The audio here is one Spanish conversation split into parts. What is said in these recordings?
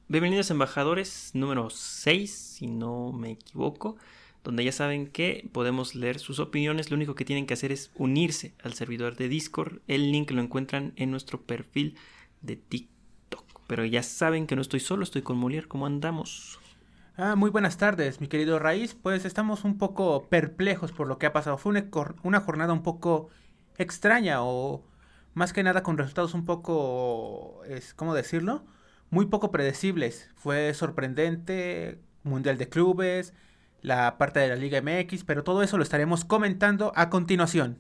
Bienvenidos embajadores número 6, si no me equivoco, donde ya saben que podemos leer sus opiniones. Lo único que tienen que hacer es unirse al servidor de Discord. El link lo encuentran en nuestro perfil de TikTok. Pero ya saben que no estoy solo, estoy con Molière. ¿Cómo andamos? Muy buenas tardes, mi querido Raíz. Pues estamos un poco perplejos por lo que ha pasado. Fue una jornada un poco extraña o más que nada con resultados un poco, ¿cómo decirlo? Muy poco predecibles. Fue sorprendente, Mundial de Clubes, la parte de la Liga MX, pero todo eso lo estaremos comentando a continuación.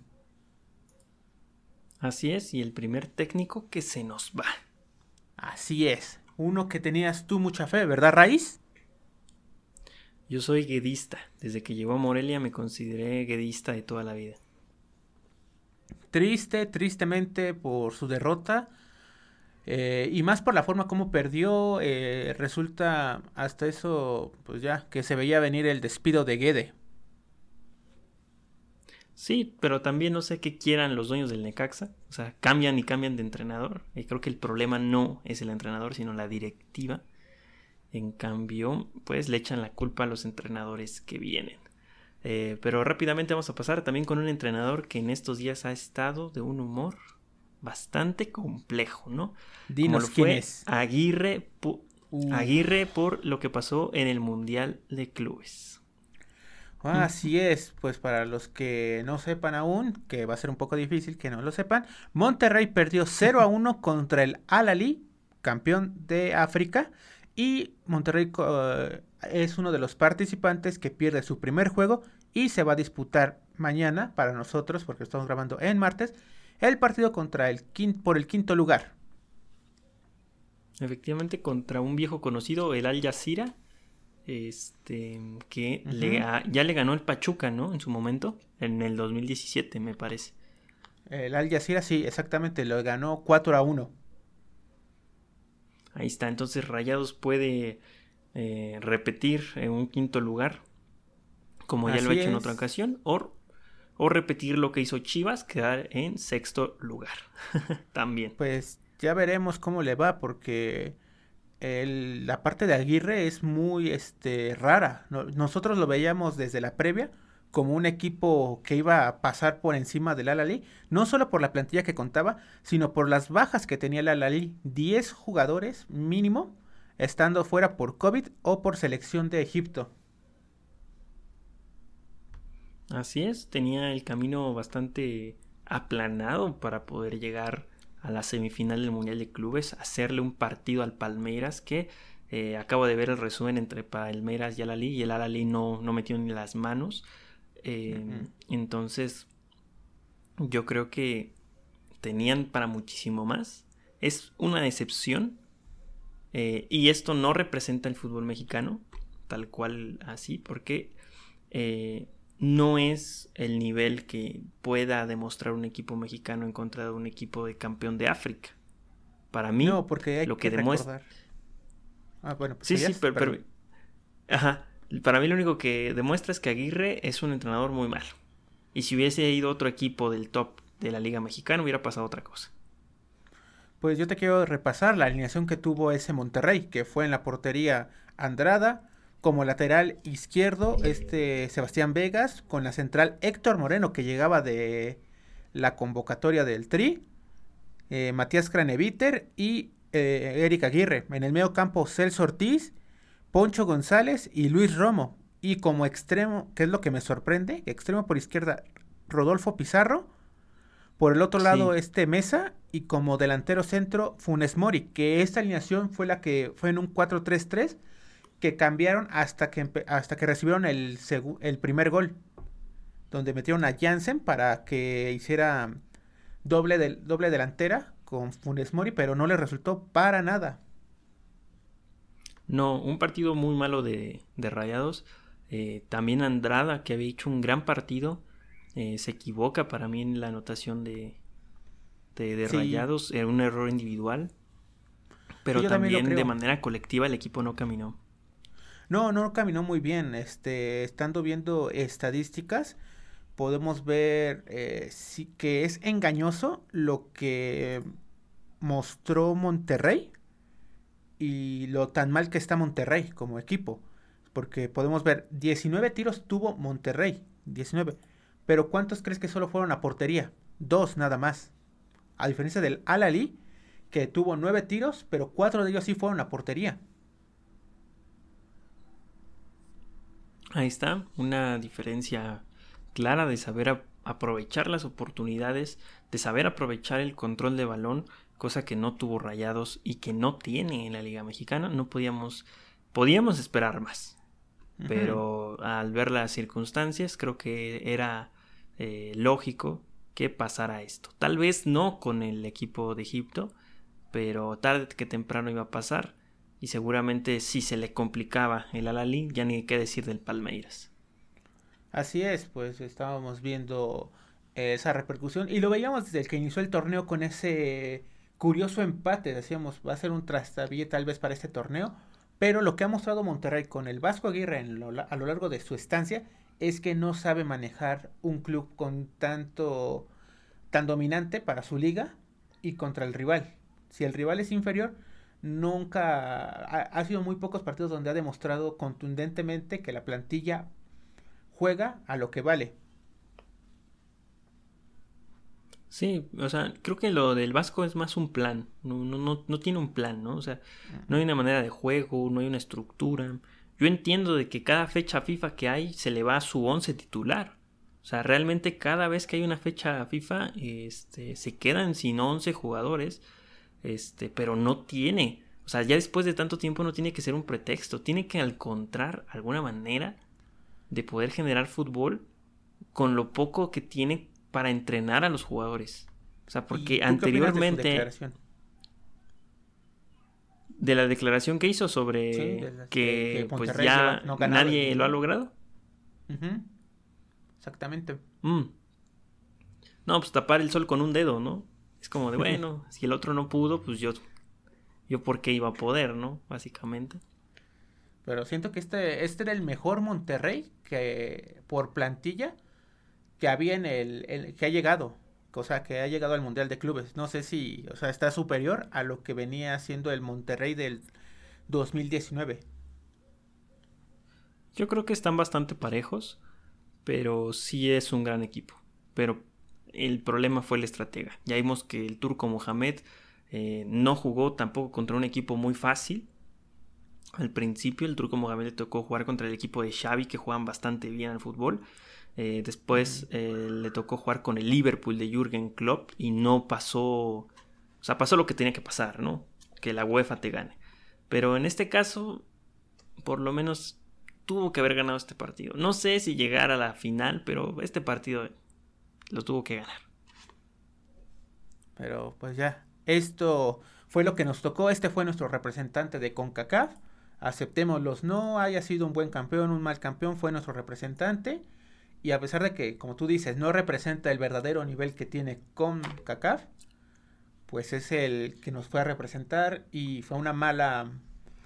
Así es, y el primer técnico que se nos va. Así es, uno que tenías tú mucha fe, ¿verdad, Raíz? Yo soy guedista. Desde que llegó a Morelia me consideré guedista de toda la vida. Tristemente por su derrota. Y más por la forma como perdió, resulta hasta eso, pues ya, que se veía venir el despido de Guede. Sí, pero también no sé qué quieran los dueños del Necaxa. O sea, cambian y cambian de entrenador. Y creo que el problema no es el entrenador, sino la directiva. En cambio, pues le echan la culpa a los entrenadores que vienen. Pero rápidamente vamos a pasar también con un entrenador que en estos días ha estado de un humor bastante complejo, ¿no? Como lo Dinos quién fue es. Aguirre por lo que pasó en el Mundial de Clubes. Así es, pues para los que no sepan aún, que va a ser un poco difícil que no lo sepan, Monterrey perdió 0-1 contra el Al-Ahly, campeón de África, y Monterrey es uno de los participantes que pierde su primer juego y se va a disputar mañana para nosotros, porque estamos grabando en martes, el partido contra por el quinto lugar. Efectivamente, contra un viejo conocido, el Al Jazeera, que Ujú. ya le ganó el Pachuca, ¿no? En su momento, en el 2017, me parece. El Al Jazeera, sí, exactamente, lo ganó 4-1. Ahí está, entonces Rayados puede repetir en un quinto lugar, como ya lo ha Así hecho en otra es. ocasión, o repetir lo que hizo Chivas, quedar en sexto lugar. También. Pues ya veremos cómo le va, porque la parte de Aguirre es muy rara. Nosotros lo veíamos desde la previa como un equipo que iba a pasar por encima del Al-Ahly, no solo por la plantilla que contaba, sino por las bajas que tenía el Al-Ahly. 10 jugadores mínimo estando fuera por COVID o por selección de Egipto. Así es, tenía el camino bastante aplanado para poder llegar a la semifinal del Mundial de Clubes, hacerle un partido al Palmeiras que acabo de ver el resumen entre Palmeiras y Al-Ahly y el Al-Ahly no metió ni las manos. Ujú. Entonces yo creo que tenían para muchísimo más. Es una decepción y esto no representa el fútbol mexicano tal cual así porque eh, no es el nivel que pueda demostrar un equipo mexicano en contra de un equipo de campeón de África. Para mí, No, porque hay lo que que demuestra... recordar. Bueno, pues Sí, sí, seguías, perdón. ajá. Para mí lo único que demuestra es que Aguirre es un entrenador muy malo. Y si hubiese ido otro equipo del top de la Liga Mexicana, hubiera pasado otra cosa. Pues yo te quiero repasar la alineación que tuvo ese Monterrey, que fue en la portería Andrada, como lateral izquierdo Sebastián Vegas, con la central Héctor Moreno, que llegaba de la convocatoria del Tri, Matías Craneviter y Eric Aguirre. En el medio campo Celso Ortiz, Poncho González y Luis Romo. Y como extremo, que es lo que me sorprende, extremo por izquierda Rodolfo Pizarro, por el otro lado, Sí, Mesa y como delantero centro, Funes Mori, que esta alineación fue la que fue en un 4-3-3 que cambiaron hasta que recibieron el primer gol, donde metieron a Jansen para que hiciera doble delantera con Funes Mori, pero no le resultó para nada. no, un partido muy malo de Rayados. También Andrada, que había hecho un gran partido, se equivoca para mí en la anotación de Sí, Rayados. Era un error individual, sí, pero yo también lo también de creo. manera colectiva el equipo no caminó. No, no caminó muy bien. Estando viendo estadísticas, podemos ver sí que es engañoso lo que mostró Monterrey y lo tan mal que está Monterrey como equipo. Porque podemos ver, 19 tiros tuvo Monterrey, 19. Pero ¿cuántos crees que solo fueron a portería? 2 nada más. A diferencia del Al-Ahly, que tuvo 9 tiros, pero 4 de ellos sí fueron a portería. Ahí está, una diferencia clara de saber aprovechar las oportunidades, de saber aprovechar el control de balón, cosa que no tuvo Rayados y que no tiene en la Liga Mexicana. No podíamos esperar más, pero al ver las circunstancias creo que era lógico que pasara esto. Tal vez no con el equipo de Egipto, pero tarde que temprano iba a pasar. Y seguramente si se le complicaba el Al-Ahly, ya ni qué decir del Palmeiras. Así es, pues estábamos viendo esa repercusión y lo veíamos desde el que inició el torneo con ese curioso empate. Decíamos, va a ser un trastabillet tal vez para este torneo, pero lo que ha mostrado Monterrey con el Vasco Aguirre a lo largo de su estancia es que no sabe manejar un club con tan dominante para su liga y contra el rival. Si el rival es inferior, nunca ha sido muy pocos partidos donde ha demostrado contundentemente que la plantilla juega a lo que vale. Sí, o sea, creo que lo del Vasco es más un plan. No tiene un plan, ¿no? O sea, no hay una manera de juego, no hay una estructura. Yo entiendo de que cada fecha FIFA que hay se le va a su 11 titular. O sea, realmente cada vez que hay una fecha FIFA, se quedan sin 11 jugadores. Pero no tiene, o sea, ya después de tanto tiempo no tiene que ser un pretexto, tiene que encontrar alguna manera de poder generar fútbol con lo poco que tiene para entrenar a los jugadores. O sea, porque anteriormente de la declaración que hizo sobre que pues ya no nadie lo ha logrado. Exactamente. No, pues tapar el sol con un dedo, ¿no? Es como de, bueno, si el otro no pudo, pues yo por qué iba a poder, ¿no? Básicamente. Pero siento que este era el mejor Monterrey que por plantilla que había en que ha llegado. O sea, que ha llegado al Mundial de Clubes. No sé si, o sea, está superior a lo que venía siendo el Monterrey del 2019. Yo creo que están bastante parejos, pero sí es un gran equipo. Pero el problema fue el estratega. Ya vimos que el turco Mohamed no jugó tampoco contra un equipo muy fácil. Al principio el turco Mohamed le tocó jugar contra el equipo de Xavi, que juegan bastante bien al fútbol. Después le tocó jugar con el Liverpool de Jürgen Klopp y no pasó, o sea, pasó lo que tenía que pasar, ¿no? Que la UEFA te gane. Pero en este caso, por lo menos tuvo que haber ganado este partido. No sé si llegar a la final, pero este partido lo tuvo que ganar. Pero pues ya, esto fue lo que nos tocó. Este fue nuestro representante de CONCACAF. Aceptémoslos, no haya sido un buen campeón, un mal campeón, fue nuestro representante. Y a pesar de que, como tú dices, no representa el verdadero nivel que tiene CONCACAF, pues es el que nos fue a representar y fue un mal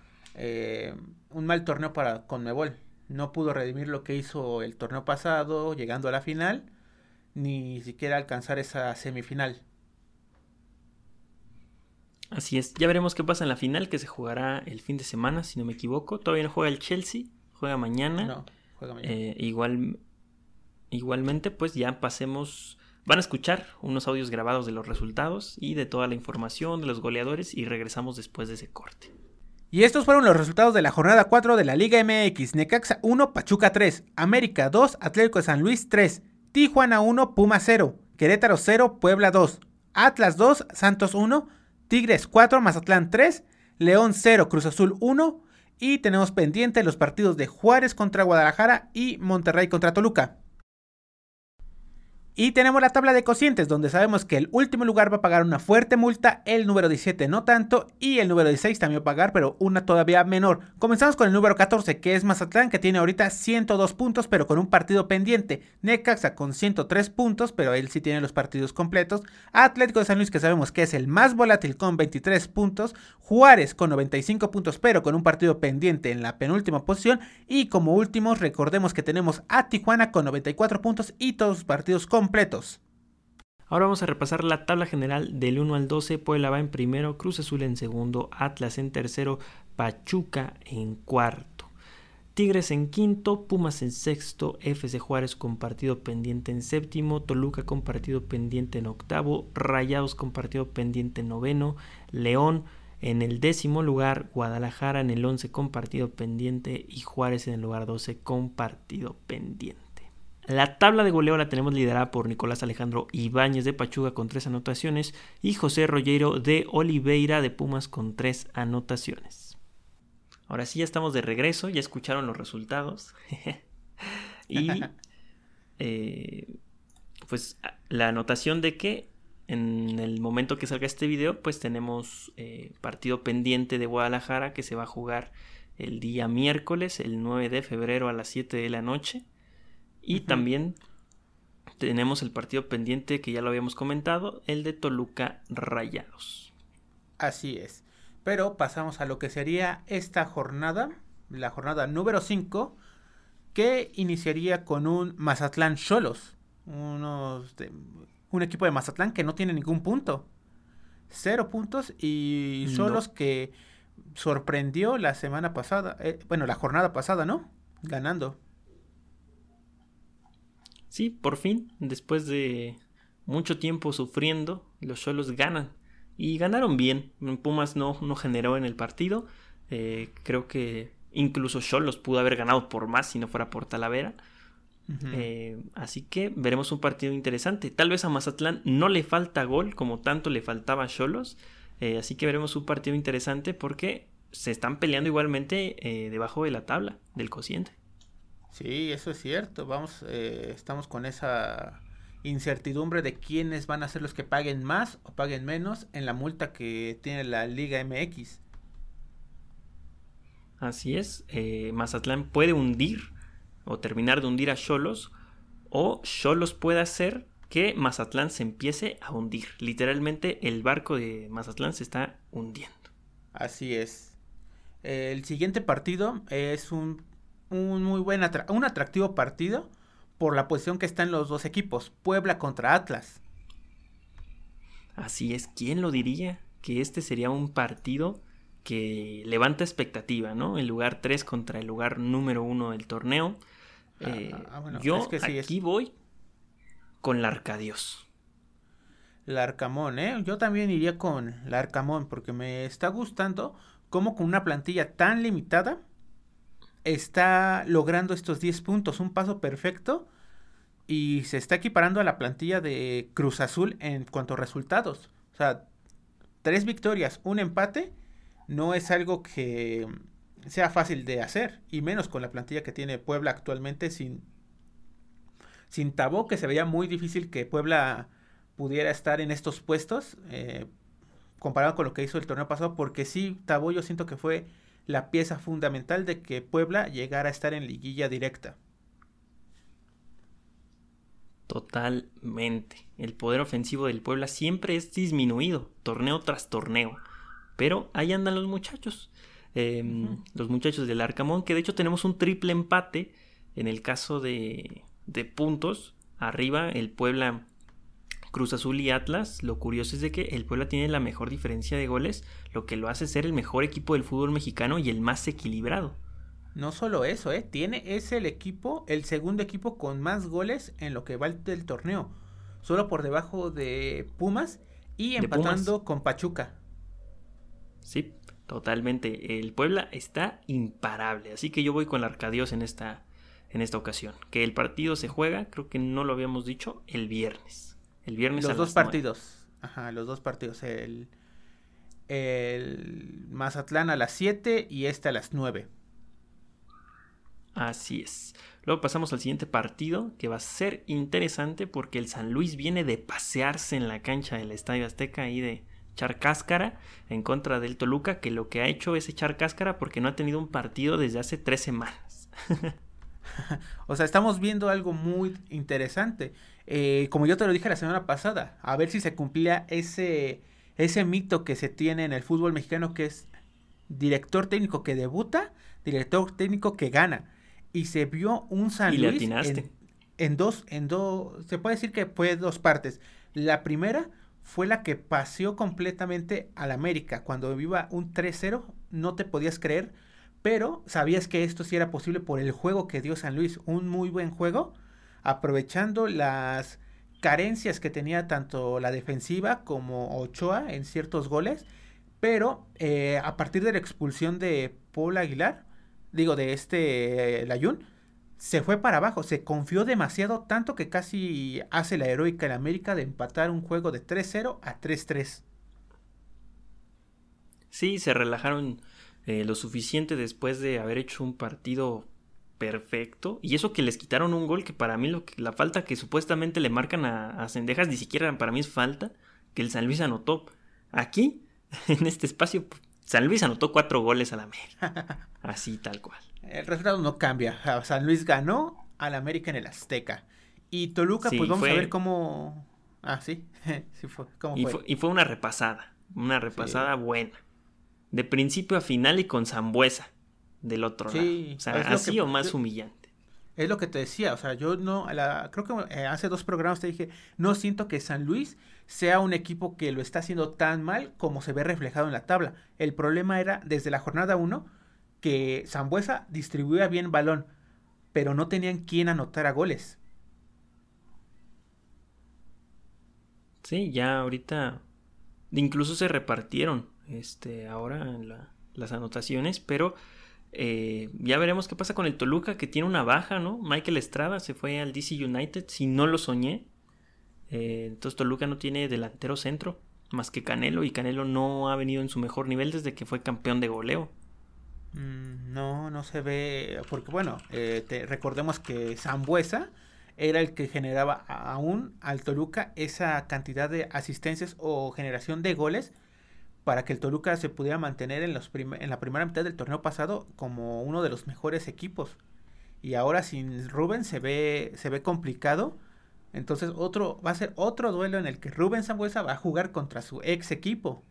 torneo para CONMEBOL. No pudo redimir lo que hizo el torneo pasado, llegando a la final, ni siquiera alcanzar esa semifinal. Así es, ya veremos qué pasa en la final, que se jugará el fin de semana, si no me equivoco. Todavía no juega el Chelsea, juega mañana. No, juega mañana. Igualmente, pues ya pasemos. Van a escuchar unos audios grabados de los resultados y de toda la información de los goleadores y regresamos después de ese corte. Y estos fueron los resultados de la jornada 4 de la Liga MX. Necaxa 1, Pachuca 3, América 2, Atlético de San Luis 3, Tijuana 1, Puma 0, Querétaro 0, Puebla 2, Atlas 2, Santos 1, Tigres 4, Mazatlán 3, León 0, Cruz Azul 1 y tenemos pendiente los partidos de Juárez contra Guadalajara y Monterrey contra Toluca. Y tenemos la tabla de cocientes donde sabemos que el último lugar va a pagar una fuerte multa, el número 17 no tanto y el número 16 también va a pagar pero una todavía menor. Comenzamos con el número 14 que es Mazatlán, que tiene ahorita 102 puntos pero con un partido pendiente. Necaxa con 103 puntos pero él sí tiene los partidos completos. Atlético de San Luis, que sabemos que es el más volátil, con 23 puntos. Juárez con 95 puntos pero con un partido pendiente en la penúltima posición. Y como últimos recordemos que tenemos a Tijuana con 94 puntos y todos sus partidos completos. Ahora vamos a repasar la tabla general del 1 al 12. Puebla va en primero, Cruz Azul en segundo, Atlas en tercero, Pachuca en cuarto. Tigres en quinto, Pumas en sexto, FC Juárez con partido pendiente en séptimo, Toluca con partido pendiente en octavo, Rayados con partido pendiente en noveno, León en el 10º lugar, Guadalajara en el 11 con partido pendiente y Juárez en el lugar 12 con partido pendiente. La tabla de goleo la tenemos liderada por Nicolás Alejandro Ibáñez de Pachuca con 3 anotaciones y José Rollero de Oliveira de Pumas con 3 anotaciones. Ahora sí ya estamos de regreso, ya escucharon los resultados. Y pues la anotación de que en el momento que salga este video pues tenemos partido pendiente de Guadalajara que se va a jugar el día miércoles, el 9 de febrero a las 7 de la noche. Y también tenemos el partido pendiente que ya lo habíamos comentado, el de Toluca Rayados. Así es. Pero pasamos a lo que sería esta jornada, la jornada número 5, que iniciaría con un Mazatlán Xolos. Un equipo de Mazatlán que no tiene ningún punto. 0 puntos y Xolos que sorprendió la semana pasada, la jornada pasada, ¿no? Ganando. Sí, por fin, después de mucho tiempo sufriendo, los Xolos ganan. Y ganaron bien. Pumas no generó en el partido. Creo que incluso Xolos pudo haber ganado por más si no fuera por Talavera. Así que veremos un partido interesante. Tal vez a Mazatlán no le falta gol como tanto le faltaba a Xolos. Así que veremos un partido interesante porque se están peleando igualmente debajo de la tabla del cociente. Sí, eso es cierto. Estamos con esa incertidumbre de quiénes van a ser los que paguen más o paguen menos en la multa que tiene la Liga MX. Así es. Mazatlán puede hundir o terminar de hundir a Xolos, o Xolos puede hacer que Mazatlán se empiece a hundir. Literalmente el barco de Mazatlán se está hundiendo. Así es. El siguiente partido es un muy buen un atractivo partido por la posición que están los dos equipos, Puebla contra Atlas. Así es, ¿quién lo diría? Que este sería un partido que levanta expectativa, ¿no? El lugar 3 contra el lugar número 1 del torneo. Yo es que sí, aquí voy con Larcadios. Larcamón, yo también iría con Larcamón porque me está gustando cómo con una plantilla tan limitada está logrando estos 10 puntos, un paso perfecto, y se está equiparando a la plantilla de Cruz Azul en cuanto a resultados. O sea, 3 victorias, un empate, no es algo que sea fácil de hacer, y menos con la plantilla que tiene Puebla actualmente sin Tabó, que se veía muy difícil que Puebla pudiera estar en estos puestos, comparado con lo que hizo el torneo pasado, porque sí, Tabó yo siento que fue la pieza fundamental de que Puebla llegara a estar en liguilla directa. Totalmente. El poder ofensivo del Puebla siempre es disminuido, torneo tras torneo. Pero ahí andan los muchachos. Los muchachos del Arcamón, que de hecho tenemos un triple empate en el caso de puntos. Arriba el Puebla, Cruz Azul y Atlas. Lo curioso es de que el Puebla tiene la mejor diferencia de goles, lo que lo hace ser el mejor equipo del fútbol mexicano y el más equilibrado. No solo eso, es el segundo equipo con más goles en lo que va del torneo, solo por debajo de Pumas y empatando con Pachuca. Sí, totalmente. El Puebla está imparable, así que yo voy con Larcadios en esta ocasión. Que el partido se juega, creo que no lo habíamos dicho, el viernes. El viernes los a dos las partidos. 9. Ajá, los dos partidos. El Mazatlán a las 7 y a las 9. Así es. Luego pasamos al siguiente partido, que va a ser interesante porque el San Luis viene de pasearse en la cancha del Estadio Azteca y de echar cáscara en contra del Toluca, que lo que ha hecho es echar cáscara porque no ha tenido un partido desde hace 3 semanas. O sea, estamos viendo algo muy interesante. Como yo te lo dije la semana pasada, a ver si se cumplía ese mito que se tiene en el fútbol mexicano, que es director técnico que debuta, director técnico que gana. Y se vio un San Luis se puede decir que fue dos partes. La primera fue la que paseó completamente al América. Cuando iba un 3-0, no te podías creer, pero sabías que esto sí era posible por el juego que dio San Luis. Un muy buen juego, aprovechando las carencias que tenía tanto la defensiva como Ochoa en ciertos goles, pero a partir de la expulsión de Paul Aguilar, digo de Layún, se fue para abajo, se confió demasiado tanto que casi hace la heroica en América de empatar un juego de 3-0 a 3-3. Sí, se relajaron lo suficiente después de haber hecho un partido perfecto. Y eso que les quitaron un gol que para mí la falta que supuestamente le marcan a Cendejas ni siquiera para mí es falta, que el San Luis anotó. Aquí, en este espacio, San Luis anotó 4 goles a la América. Así tal cual. El resultado no cambia. San Luis ganó al América en el Azteca. Y Toluca, sí, pues vamos a ver cómo... Ah, sí, sí fue. ¿Cómo fue? Y fue una repasada sí, buena. De principio a final y con Sambuesa del otro lado. O sea, así o más humillante. Es lo que te decía, o sea, yo no, creo que hace 2 programas te dije, no siento que San Luis sea un equipo que lo está haciendo tan mal como se ve reflejado en la tabla. El problema era desde la jornada 1 que Sambuesa distribuía bien balón, pero no tenían quien anotara goles. Sí, ya ahorita incluso se repartieron ahora en las anotaciones, pero ya veremos qué pasa con el Toluca, que tiene una baja, ¿no? Michael Estrada se fue al DC United, si no lo soñé. Entonces Toluca no tiene delantero centro más que Canelo, y Canelo no ha venido en su mejor nivel desde que fue campeón de goleo. No se ve, porque bueno, recordemos que Sambuesa era el que generaba aún al Toluca esa cantidad de asistencias o generación de goles para que el Toluca se pudiera mantener en la primera mitad del torneo pasado como uno de los mejores equipos. Y ahora sin Rubén se ve complicado. Entonces va a ser otro duelo en el que Rubén Sambuesa va a jugar contra su ex equipo.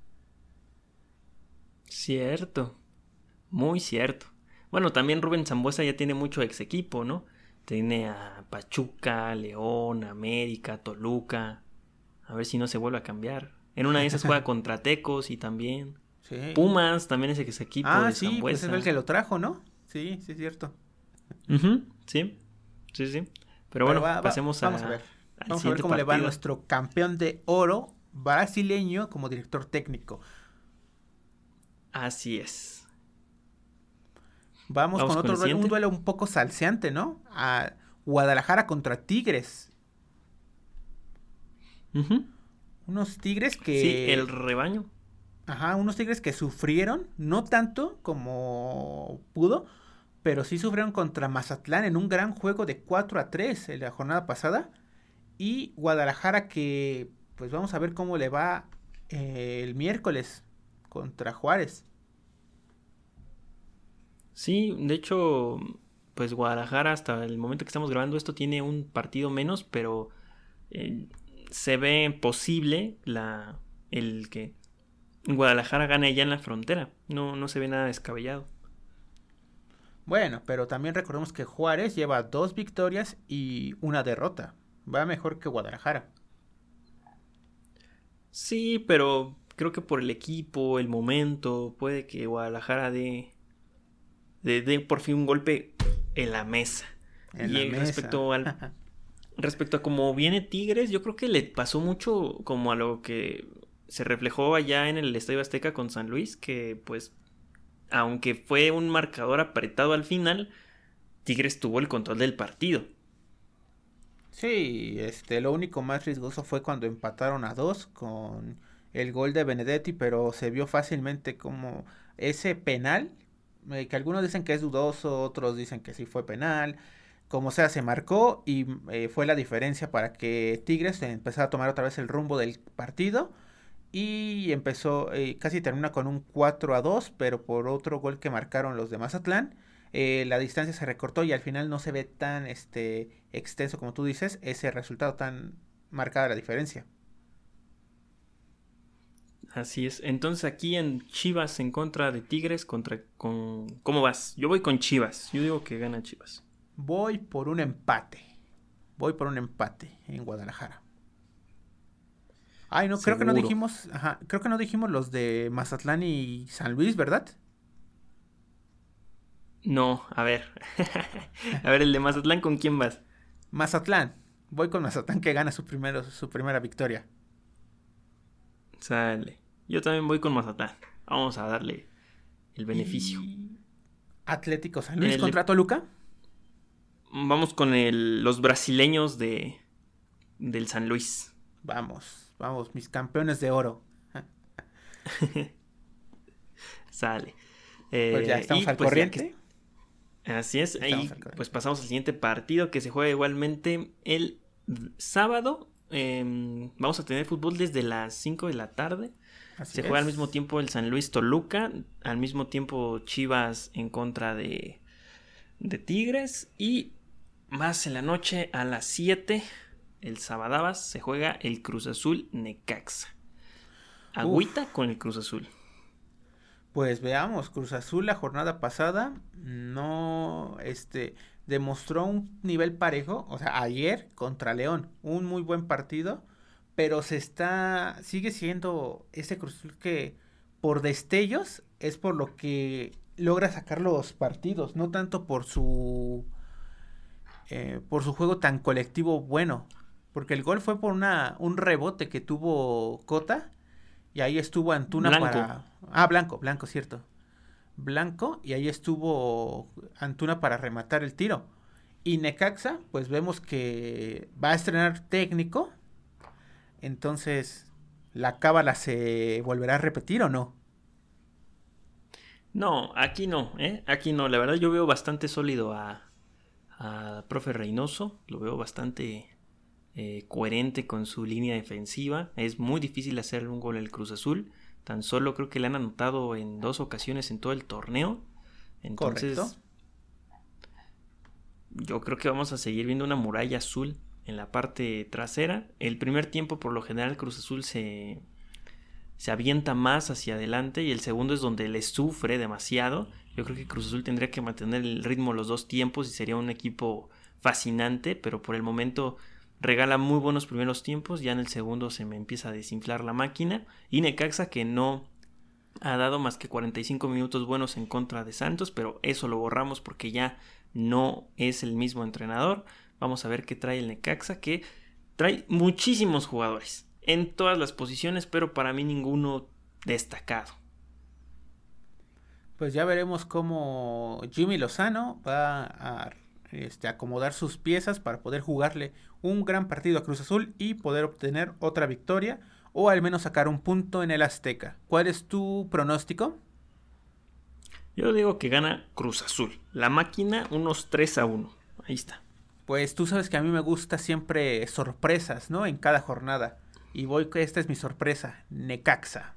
Cierto, muy cierto. Bueno, también Rubén Sambuesa ya tiene mucho ex equipo, ¿no? Tiene a Pachuca, León, América, Toluca. A ver si no se vuelve a cambiar. En una de esas juega contra Tecos y también. Sí. Pumas también es ese equipo de sí, Sambuesa. Pues es el que lo trajo, ¿no? Sí, es cierto. Sí. Pero bueno, pasemos vamos a ver. Vamos a ver cómo le va a nuestro campeón de oro brasileño como director técnico. Así es. Vamos con otro duelo, un duelo un poco salseante, ¿no? A Guadalajara contra Tigres. Unos Tigres que... Sí, el rebaño. Ajá, unos Tigres que sufrieron, no tanto como pudo, pero sí sufrieron contra Mazatlán en un gran juego de 4-3 en la jornada pasada. Y Guadalajara que, pues vamos a ver cómo le va el miércoles contra Juárez. Sí, de hecho, pues Guadalajara hasta el momento que estamos grabando esto tiene un partido menos, pero se ve posible el que Guadalajara gane ya en la frontera. No se ve nada descabellado. Bueno, pero también recordemos que Juárez lleva 2 victorias y 1 derrota. Va mejor que Guadalajara. Sí, pero creo que por el equipo, el momento, puede que Guadalajara dé por fin un golpe en la mesa. Respecto a cómo viene Tigres, yo creo que le pasó mucho como a lo que se reflejó allá en el Estadio Azteca con San Luis, que pues aunque fue un marcador apretado al final, Tigres tuvo el control del partido. Sí, lo único más riesgoso fue cuando empataron a 2 con el gol de Benedetti, pero se vio fácilmente como ese penal, que algunos dicen que es dudoso, otros dicen que sí fue penal, como sea, se marcó y fue la diferencia para que Tigres empezara a tomar otra vez el rumbo del partido y empezó, casi termina con un 4-2, pero por otro gol que marcaron los de Mazatlán, la distancia se recortó y al final no se ve tan extenso como tú dices, ese resultado tan marcada la diferencia. Así es. Entonces aquí en Chivas en contra de Tigres ¿cómo vas? Yo voy con Chivas. Yo digo que gana Chivas. Voy por un empate. Voy por un empate en Guadalajara. Ay, no, creo que no Seguro. dijimos, creo que no dijimos los de Mazatlán y San Luis, ¿verdad? No, a ver. A ver, el de Mazatlán, ¿con quién vas? Mazatlán. Voy con Mazatlán que gana su primera victoria. Sale. Yo también voy con Mazatlán. Vamos a darle el beneficio. Y Atlético San En Luis el contra Toluca. Vamos con los brasileños del San Luis. Vamos, vamos, mis campeones de oro. Sale. Pues ya estamos al pues corriente. Así es. Estamos Ahí al corriente. pues pasamos al siguiente partido que se juega igualmente el sábado. Vamos a tener fútbol desde las 5 de la tarde. Así Se juega al es. mismo tiempo el San Luis Toluca. Al mismo tiempo Chivas en contra de Tigres. Y más en la noche a las 7, el Sabadabas, se juega el Cruz Azul Necaxa. Agüita con el Cruz Azul. Pues veamos, Cruz Azul la jornada pasada no, demostró un nivel parejo, o sea, ayer contra León, un muy buen partido, pero sigue siendo ese Cruz Azul que por destellos es por lo que logra sacar los partidos, no tanto por su juego tan colectivo bueno, porque el gol fue por un rebote que tuvo Cota. Y ahí estuvo Antuna Blanco. Blanco, cierto. Blanco, y ahí estuvo Antuna para rematar el tiro. Y Necaxa, pues vemos que va a estrenar técnico. Entonces, ¿la cábala se volverá a repetir o no? No, aquí no, ¿eh? Aquí no. La verdad yo veo bastante sólido a profe Reynoso. Lo veo bastante coherente con su línea defensiva. Es muy difícil hacer un gol al Cruz Azul. Tan solo creo que le han anotado en 2 ocasiones en todo el torneo. Entonces, Correcto. yo creo que vamos a seguir viendo una muralla azul en la parte trasera. El primer tiempo, por lo general, Cruz Azul se avienta más hacia adelante y el segundo es donde le sufre demasiado. Yo creo que Cruz Azul tendría que mantener el ritmo los 2 tiempos y sería un equipo fascinante, pero por el momento regala muy buenos primeros tiempos, ya en el segundo se me empieza a desinflar la máquina. Y Necaxa, que no ha dado más que 45 minutos buenos en contra de Santos, pero eso lo borramos porque ya no es el mismo entrenador. Vamos a ver qué trae el Necaxa, que trae muchísimos jugadores en todas las posiciones, pero para mí ninguno destacado. Pues ya veremos cómo Jimmy Lozano va a acomodar sus piezas para poder jugarle un gran partido a Cruz Azul y poder obtener otra victoria o al menos sacar un punto en el Azteca. ¿Cuál es tu pronóstico? Yo digo que gana Cruz Azul. La máquina unos 3-1. Ahí está. Pues tú sabes que a mí me gusta siempre sorpresas, ¿no? En cada jornada. Y voy que esta es mi sorpresa, Necaxa.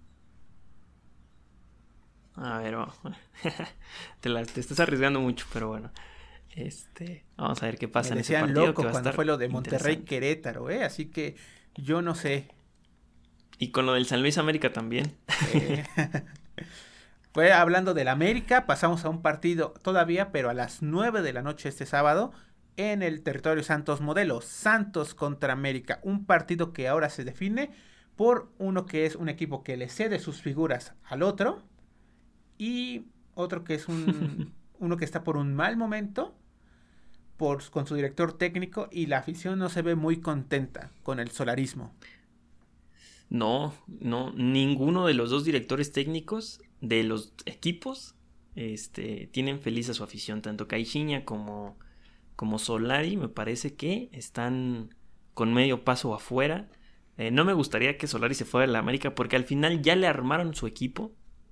A ver, vamos. Te estás arriesgando mucho, pero bueno. Vamos a ver qué pasa Me en ese decían partido. loco Que va a cuando estar fue lo de Monterrey interesante. Querétaro, ¿eh? Así que yo no sé. Y con lo del San Luis América también. Eh, Fue hablando del América, pasamos a un partido todavía, pero a las 9 de la noche este sábado, en el territorio Santos Modelo. Santos contra América, un partido que ahora se define por uno que es un equipo que le cede sus figuras al otro y otro que es uno que está por un mal momento con su director técnico y la afición no se ve muy contenta con el solarismo. No, ninguno de los dos directores técnicos de los equipos tienen feliz a su afición. Tanto Caixinha como Solari me parece que están con medio paso afuera. No me gustaría que Solari se fuera de la América porque al final ya le armaron su equipo.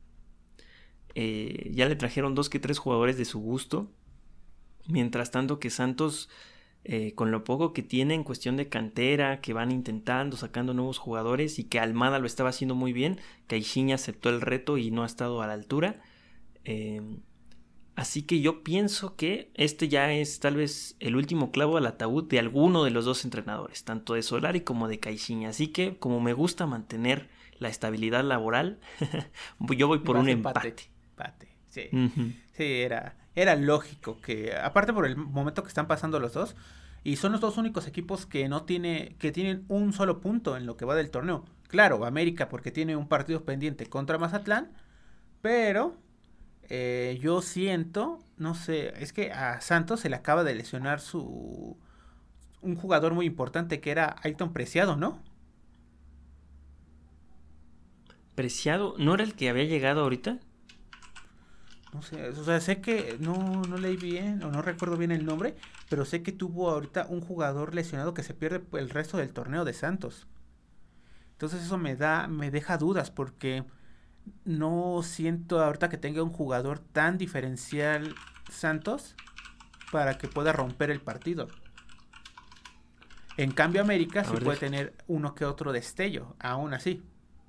Ya le trajeron 2 que 3 jugadores de su gusto. Mientras tanto que Santos, con lo poco que tiene en cuestión de cantera, que van intentando, sacando nuevos jugadores y que Almada lo estaba haciendo muy bien, Caixinha aceptó el reto y no ha estado a la altura. Así que yo pienso que ya es tal vez el último clavo al ataúd de alguno de los dos entrenadores, tanto de Solari como de Caixinha. Así que como me gusta mantener la estabilidad laboral, yo voy por un empate. Sí, Uh-huh. sí, era lógico que, aparte por el momento que están pasando los dos, Y son los dos únicos equipos que tienen un solo punto en lo que va del torneo. Claro, América porque tiene un partido pendiente contra Mazatlán, pero yo siento, no sé, es que a Santos se le acaba de lesionar un jugador muy importante que era Ayrton Preciado, ¿no? Preciado, ¿no era el que había llegado ahorita? No sé, o sea, sé que no leí bien o no recuerdo bien el nombre, pero sé que tuvo ahorita un jugador lesionado que se pierde el resto del torneo de Santos. Entonces eso me deja dudas porque no siento ahorita que tenga un jugador tan diferencial Santos para que pueda romper el partido. En cambio América A sí ver, puede tener uno que otro destello, aún así.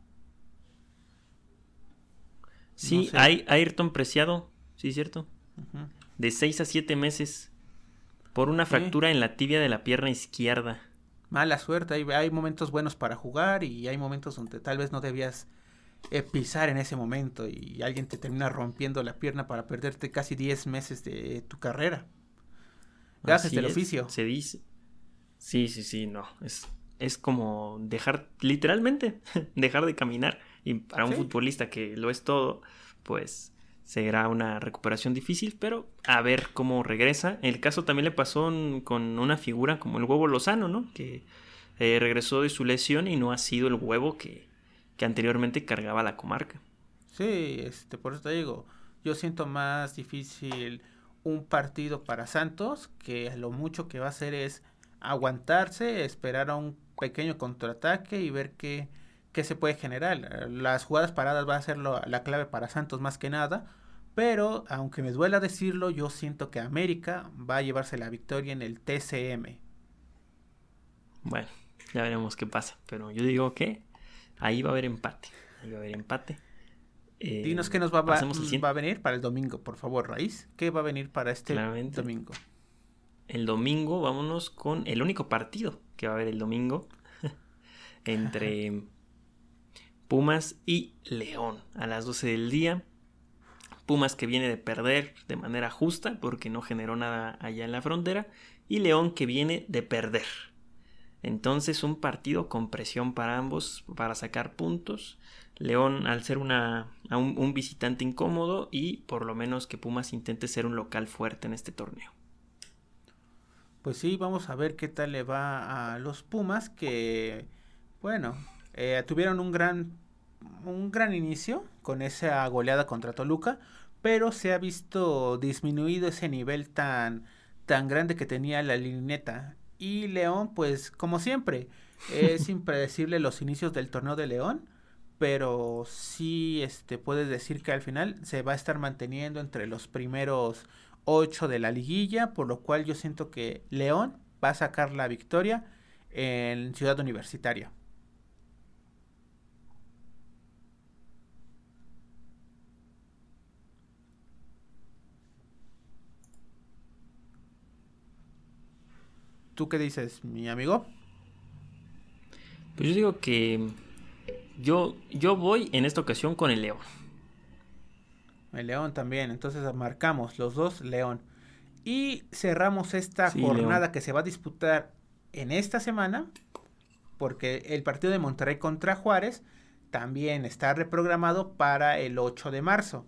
No sí, sé. hay Ayrton Preciado, sí, cierto. Ujú. De 6 a 7 meses por una Sí, fractura en la tibia de la pierna izquierda. mala suerte. Hay momentos buenos para jugar y hay momentos donde tal vez no debías pisar en ese momento y alguien te termina rompiendo la pierna para perderte casi 10 meses de tu carrera. Gajes del Así es, oficio. se dice. Sí, sí, sí, no. Es como dejar, literalmente, dejar de caminar. Y para un Sí, futbolista que lo es todo, pues será una recuperación difícil, pero a ver cómo regresa. El caso también le pasó con una figura como el Huevo Lozano, ¿no? Que regresó de su lesión y no ha sido el huevo que anteriormente cargaba la comarca. sí, por eso te digo, yo siento más difícil un partido para Santos, que lo mucho que va a hacer es aguantarse, esperar a un pequeño contraataque y ver qué se puede generar. Las jugadas paradas va a ser la clave para Santos más que nada, pero aunque me duela decirlo, yo siento que América va a llevarse la victoria en el TCM. Bueno, ya veremos qué pasa. Pero yo digo que ahí va a haber empate. Ahí va a haber empate. Dinos qué nos va, va, Pasemos al va a siguiente. venir para el domingo, por favor, Raíz. ¿Qué va a venir para este Claramente. domingo? El domingo vámonos con el único partido que va a haber el domingo entre Pumas y León a las 12 del día. Pumas que viene de perder de manera justa porque no generó nada allá en la frontera. Y León que viene de perder. Entonces un partido con presión para ambos para sacar puntos. León al ser un visitante incómodo y por lo menos que Pumas intente ser un local fuerte en este torneo. Pues sí, vamos a ver qué tal le va a los Pumas que, bueno, tuvieron un gran inicio con esa goleada contra Toluca, pero se ha visto disminuido ese nivel tan grande que tenía la Lineta. Y León, pues como siempre, es impredecible los inicios del torneo de León, pero sí puedes decir que al final se va a estar manteniendo entre los primeros 8 de la liguilla, por lo cual yo siento que León va a sacar la victoria en Ciudad Universitaria. ¿Tú qué dices, mi amigo? Pues yo digo que yo voy en esta ocasión con el León. El León también, entonces marcamos los dos León. Y cerramos esta Sí, León. jornada que se va a disputar en esta semana, porque el partido de Monterrey contra Juárez también está reprogramado para el 8 de marzo.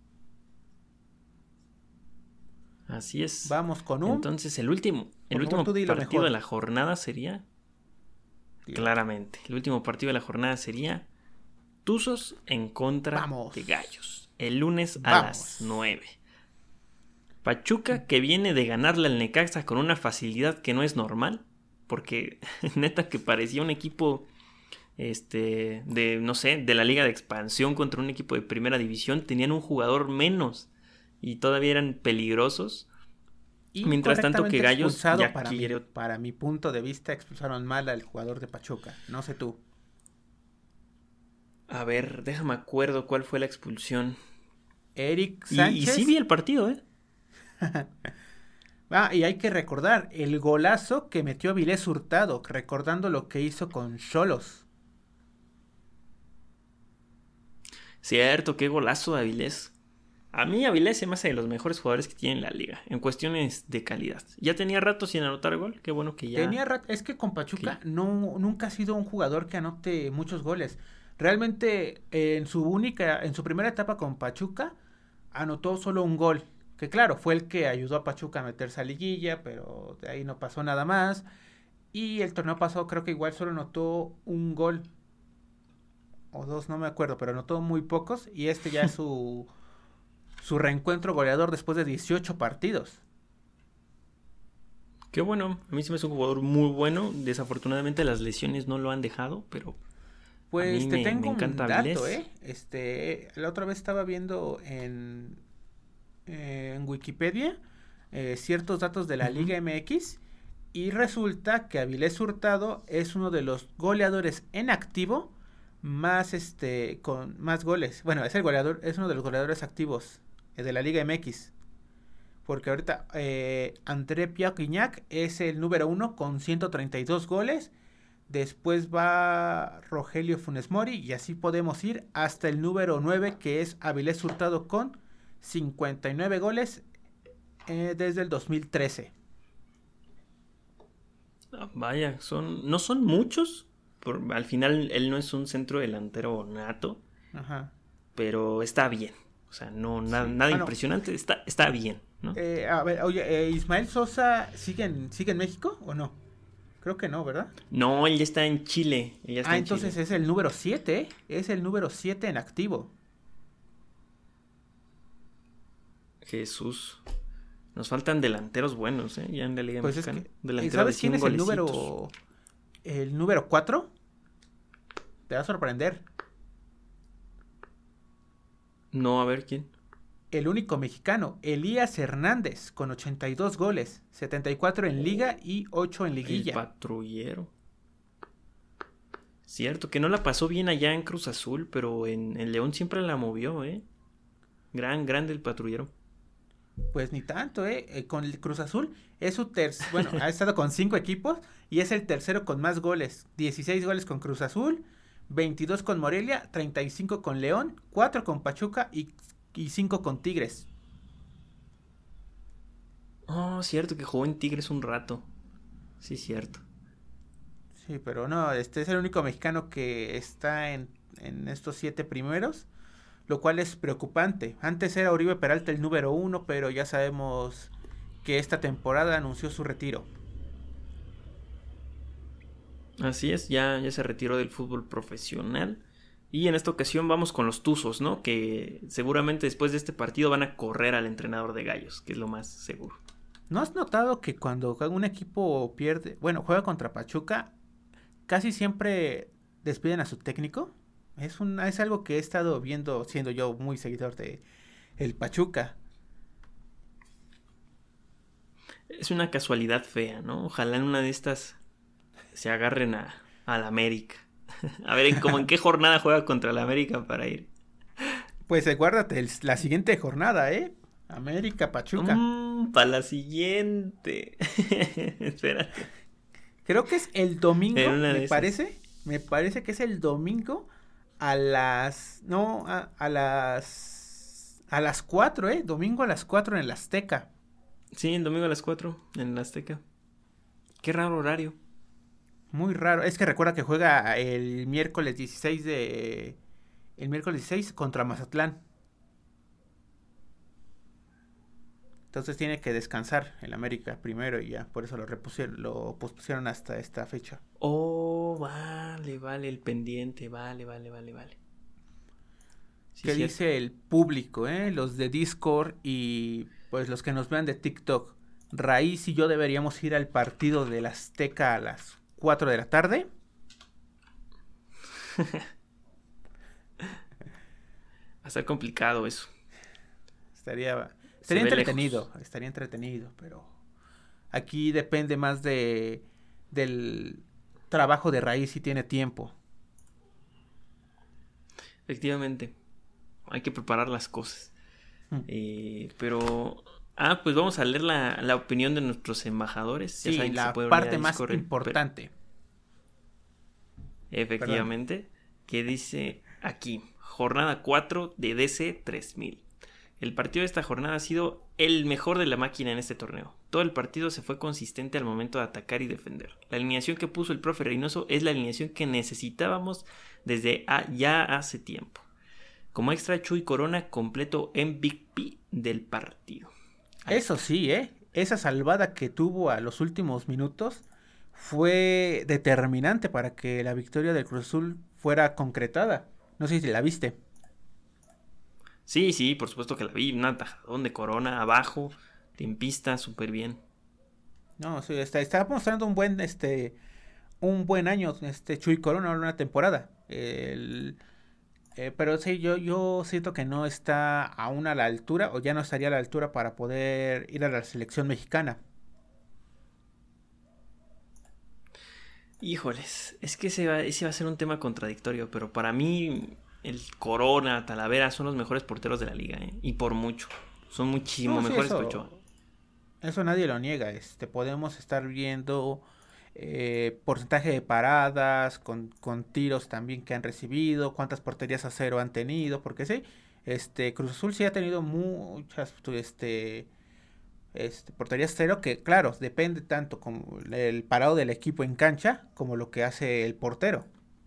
Así es. Vamos con Entonces el por favor tú último dilo partido de mejor. la jornada sería, Dilo. claramente, el último partido de la jornada sería Tuzos en contra Vamos, de Gallos. El lunes a las vamos. 9. Pachuca que viene de ganarle al Necaxa con una facilidad que no es normal. Porque neta que parecía un equipo no sé, de la liga de expansión contra un equipo de primera división. Tenían un jugador menos y todavía eran peligrosos. Mientras tanto que Incorrectamente Gallos expulsado ya quiere... para mi punto de vista, expulsaron mal al jugador de Pachuca. No sé tú. A ver, déjame acuerdo cuál fue la expulsión. Eric Y sí Sánchez. vi el partido, ¿eh? Y hay que recordar el golazo que metió Avilés Hurtado, recordando lo que hizo con Xolos. Cierto, qué golazo de Avilés. A mí Avilés se me hace de los mejores jugadores que tiene la liga, en cuestiones de calidad. Ya tenía rato sin anotar gol, qué bueno que ya... Es que con Pachuca nunca ha sido un jugador que anote muchos goles. Realmente en su primera etapa con Pachuca, anotó solo un gol. Que claro, fue el que ayudó a Pachuca a meterse a liguilla, pero de ahí no pasó nada más. Y el torneo pasado creo que igual solo anotó un gol. O dos, no me acuerdo, pero anotó muy pocos. Y este ya es su reencuentro goleador después de 18 partidos. Qué bueno, a mí se me hace un jugador muy bueno. Desafortunadamente las lesiones no lo han dejado, pero Pues te me tengo un encanta dato, Avilés. La otra vez estaba viendo en Wikipedia ciertos datos de la Ujú. Liga MX y resulta que Avilés Hurtado es uno de los goleadores en activo más con más goles. Bueno, es uno de los goleadores activos de la Liga MX. Porque ahorita André Pierre Gignac es el número uno con 132 goles. Después va Rogelio Funes Mori y así podemos ir hasta el número 9 que es Avilés Hurtado con 59 goles desde el 2013. Ah, vaya, no son muchos. Al final él no es un centro delantero nato, Ajá. pero está bien. O sea, no Sí. nada Ah, no. impresionante, está bien, ¿no? A ver, oye, Ismael Sosa sigue en México o no? Creo que no, ¿verdad? No, él ya está en Chile. Él ya está Ah, en Chile. entonces es el número 7, ¿eh? Es el número 7 en activo. Jesús. Nos faltan delanteros buenos, ¿eh? Ya en la Liga Pues es Mexicana. que, Delantero de ¿sabes quién 100 es el golecitos. número 4? Te va a sorprender. No, a ver quién. El único mexicano, Elías Hernández, con 82 goles, 74 en liga Oh, y 8 en el liguilla. patrullero. Cierto, que no la pasó bien allá en Cruz Azul, pero en León siempre la movió, ¿eh? Grande el patrullero. Pues ni tanto, ¿eh? Con el Cruz Azul es bueno, ha estado con 5 equipos y es el tercero con más goles. 16 goles con Cruz Azul, 22 con Morelia, 35 con León, 4 con Pachuca y 5 con Tigres. Oh, cierto, que jugó en Tigres un rato. Sí, cierto. Sí, pero no, este es el único mexicano que está en estos 7 primeros, lo cual es preocupante. Antes era Oribe Peralta el número 1, pero ya sabemos que esta temporada anunció su retiro. Así es, ya se retiró del fútbol profesional. Y en esta ocasión vamos con los Tuzos, ¿no? Que seguramente después de este partido van a correr al entrenador de Gallos, que es lo más seguro. ¿No has notado que cuando un equipo juega contra Pachuca, casi siempre despiden a su técnico? Es algo que he estado viendo siendo yo muy seguidor de el Pachuca. Es una casualidad fea, ¿no? Ojalá en una de estas se agarren a la América. A ver, en qué jornada juega contra la América para ir. Pues acuérdate, la siguiente jornada, ¿eh? América, Pachuca. Para la siguiente. Espérate. Creo que es el En domingo, una me de esas. parece. Me parece que es el domingo a las... No, a las 4, ¿eh? Domingo a las 4 en el Azteca. Sí, el domingo a las 4 en la Azteca. Qué raro horario. Muy raro. Es que recuerda que juega el miércoles 16 contra Mazatlán. Entonces tiene que descansar el América primero y ya. Por eso lo pospusieron hasta esta fecha. Oh, vale, el pendiente. Vale. Sí, ¿Qué cierto. dice el público, los de Discord y pues los que nos vean de TikTok? Raíz y yo deberíamos ir al partido del Azteca a las 4 de la tarde. Va a estar complicado eso. Estaría, Se estaría ve lejos. entretenido, pero aquí depende más del trabajo de Raíz si tiene tiempo. Efectivamente. Hay que preparar las cosas. Mm. Pero... Ah, pues vamos a leer la opinión de nuestros embajadores. Ya Sí, saben que se la puede unir a parte más Discord. importante. Perdón. Efectivamente. Que dice aquí. Jornada 4 de DC 3000. El partido de esta jornada ha sido el mejor de la máquina en este torneo. Todo el partido se fue consistente al momento de atacar y defender. La alineación que puso el profe Reynoso es la alineación que necesitábamos desde ya hace tiempo. Como extra, Chuy Corona completo MVP del partido. Eso sí, esa salvada que tuvo a los últimos minutos fue determinante para que la victoria del Cruz Azul fuera concretada. No sé si la viste. Sí, por supuesto que la vi. Un atajadón de Corona abajo, tiempista, súper bien. No, sí, está mostrando un buen año, Chuy Corona, una temporada. Pero sí, yo siento que no está aún a la altura, o ya no estaría a la altura para poder ir a la selección mexicana. Híjoles, es que ese va a ser un tema contradictorio, pero para mí el Corona, Talavera son los mejores porteros de la liga, ¿eh? Y por mucho. Son muchísimo No, sí, mejores que Ochoa. eso nadie lo niega. Podemos estar viendo porcentaje de paradas, con tiros también que han recibido, cuántas porterías a cero han tenido, porque sí, Cruz Azul sí ha tenido muchas, porterías a cero que, claro, depende tanto como el parado del equipo en cancha como lo que hace el portero.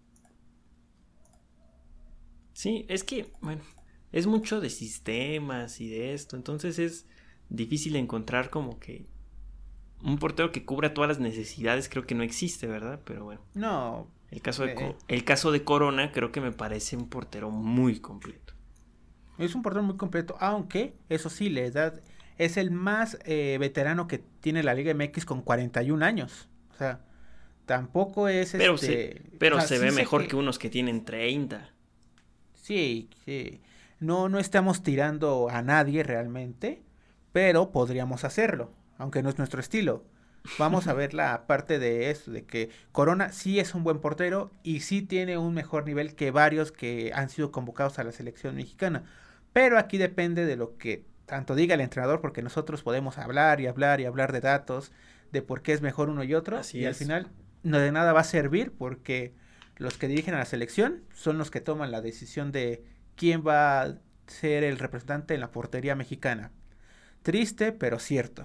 Sí, es que, bueno, es mucho de sistemas y de esto, entonces es difícil encontrar como que un portero que cubra todas las necesidades, creo que no existe, ¿verdad? Pero bueno. No. El caso de Corona creo que me parece un portero muy completo. Es un portero muy completo, aunque, eso sí, la edad es el más veterano que tiene la Liga MX con 41 años. O sea, tampoco es pero o sea, se sí ve sé mejor que unos que tienen 30. Sí, sí. No estamos tirando a nadie realmente, pero podríamos hacerlo, aunque no es nuestro estilo. Vamos a ver la parte de eso, de que Corona sí es un buen portero y sí tiene un mejor nivel que varios que han sido convocados a la selección mexicana. Pero aquí depende de lo que tanto diga el entrenador, porque nosotros podemos hablar y hablar y hablar de datos, de por qué es mejor uno y otro, Así y al es. final no de nada va a servir porque los que dirigen a la selección son los que toman la decisión de quién va a ser el representante en la portería mexicana. Triste, pero cierto.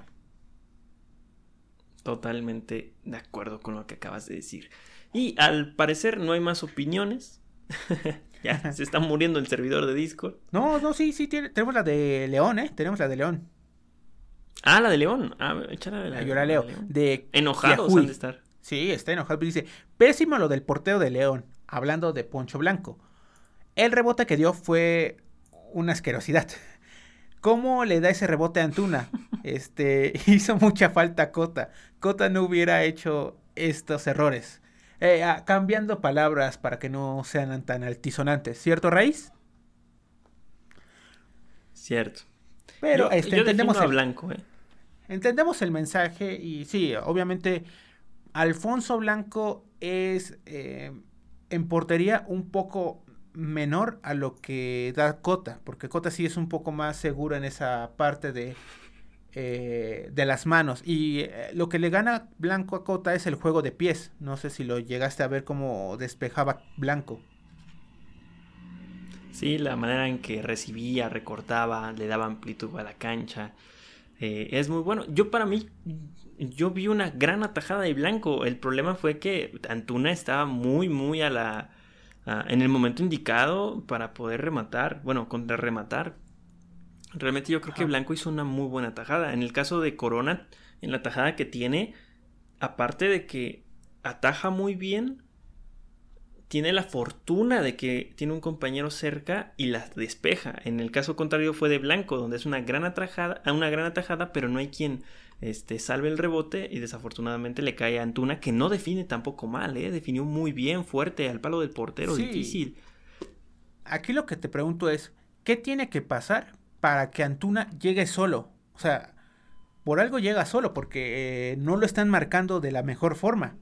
Totalmente de acuerdo con lo que acabas de decir. Y al parecer no hay más opiniones. Ya se está muriendo el servidor de Discord. No, sí, tenemos la de León, tenemos la de León. Ah, la de León. Ah, échala de Yo la leo. de León. De Enojados Yahui. han de estar. Sí, está enojado. Dice, pésimo lo del portero de León. Hablando de Poncho Blanco. El rebote que dio fue una asquerosidad. ¿Cómo le da ese rebote a Antuna? Hizo mucha falta Cota. Cota no hubiera hecho estos errores. Cambiando palabras para que no sean tan altisonantes. ¿Cierto, Raíz? Cierto. Pero Yo entendemos a Blanco, entendemos el mensaje y sí, obviamente Alfonso Blanco es en portería un poco menor a lo que da Cota, porque Cota sí es un poco más seguro en esa parte de las manos y lo que le gana Blanco a Cota es el juego de pies. No sé si lo llegaste a ver cómo despejaba Blanco. Sí, la manera en que recibía, recortaba, le daba amplitud a la cancha. Es muy bueno. Yo vi una gran atajada de Blanco. El problema fue que Antuna estaba muy, muy en el momento indicado para poder rematar, bueno, contrarrematar. Realmente yo creo que Blanco hizo una muy buena tajada. En el caso de Corona, en la tajada que tiene, aparte de que ataja muy bien, tiene la fortuna de que tiene un compañero cerca y la despeja. En el caso contrario fue de Blanco, donde es una gran atajada, pero no hay quien salve el rebote y desafortunadamente le cae a Antuna, que no define tampoco mal, definió muy bien, fuerte, al palo del portero, sí. Difícil. Aquí lo que te pregunto es, ¿qué tiene que pasar para que Antuna llegue solo? O sea, por algo llega solo, porque no lo están marcando de la mejor forma.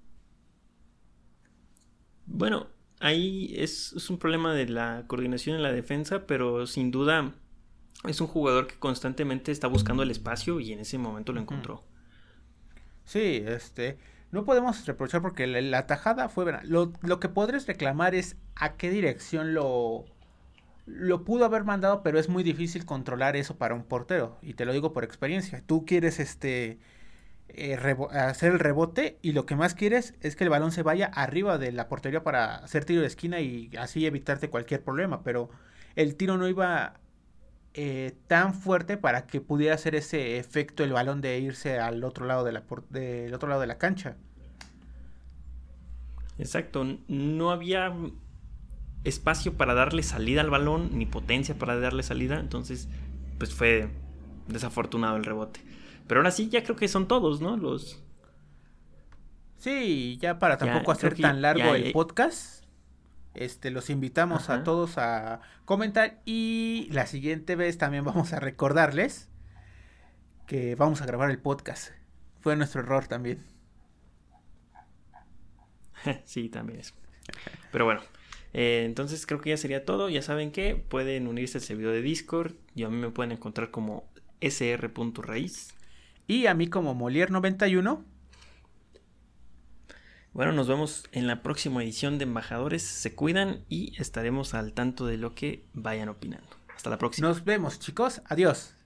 Bueno, ahí es un problema de la coordinación en la defensa, pero sin duda es un jugador que constantemente está buscando el espacio y en ese momento lo encontró. Sí, no podemos reprochar porque la tajada fue buena. Lo que podrías reclamar es a qué dirección lo lo pudo haber mandado, pero es muy difícil controlar eso para un portero. Y te lo digo por experiencia. Tú quieres hacer el rebote y lo que más quieres es que el balón se vaya arriba de la portería para hacer tiro de esquina y así evitarte cualquier problema. Pero el tiro no iba tan fuerte para que pudiera hacer ese efecto el balón de irse al otro lado del otro lado de la cancha. Exacto, no había espacio para darle salida al balón, ni potencia para darle salida, entonces pues fue desafortunado el rebote. Pero ahora sí, ya creo que son todos, ¿no? Sí, ya para tampoco hacer tan largo el podcast, los invitamos a todos a comentar y la siguiente vez también vamos a recordarles que vamos a grabar el podcast. Fue nuestro error también. Sí, también es. Pero bueno, entonces creo que ya sería todo. Ya saben que pueden unirse al servidor de Discord y a mí me pueden encontrar como sr.raiz. Y a mí como Molier91. Bueno, nos vemos en la próxima edición de Embajadores. Se cuidan y estaremos al tanto de lo que vayan opinando. Hasta la próxima. Nos vemos, chicos. Adiós.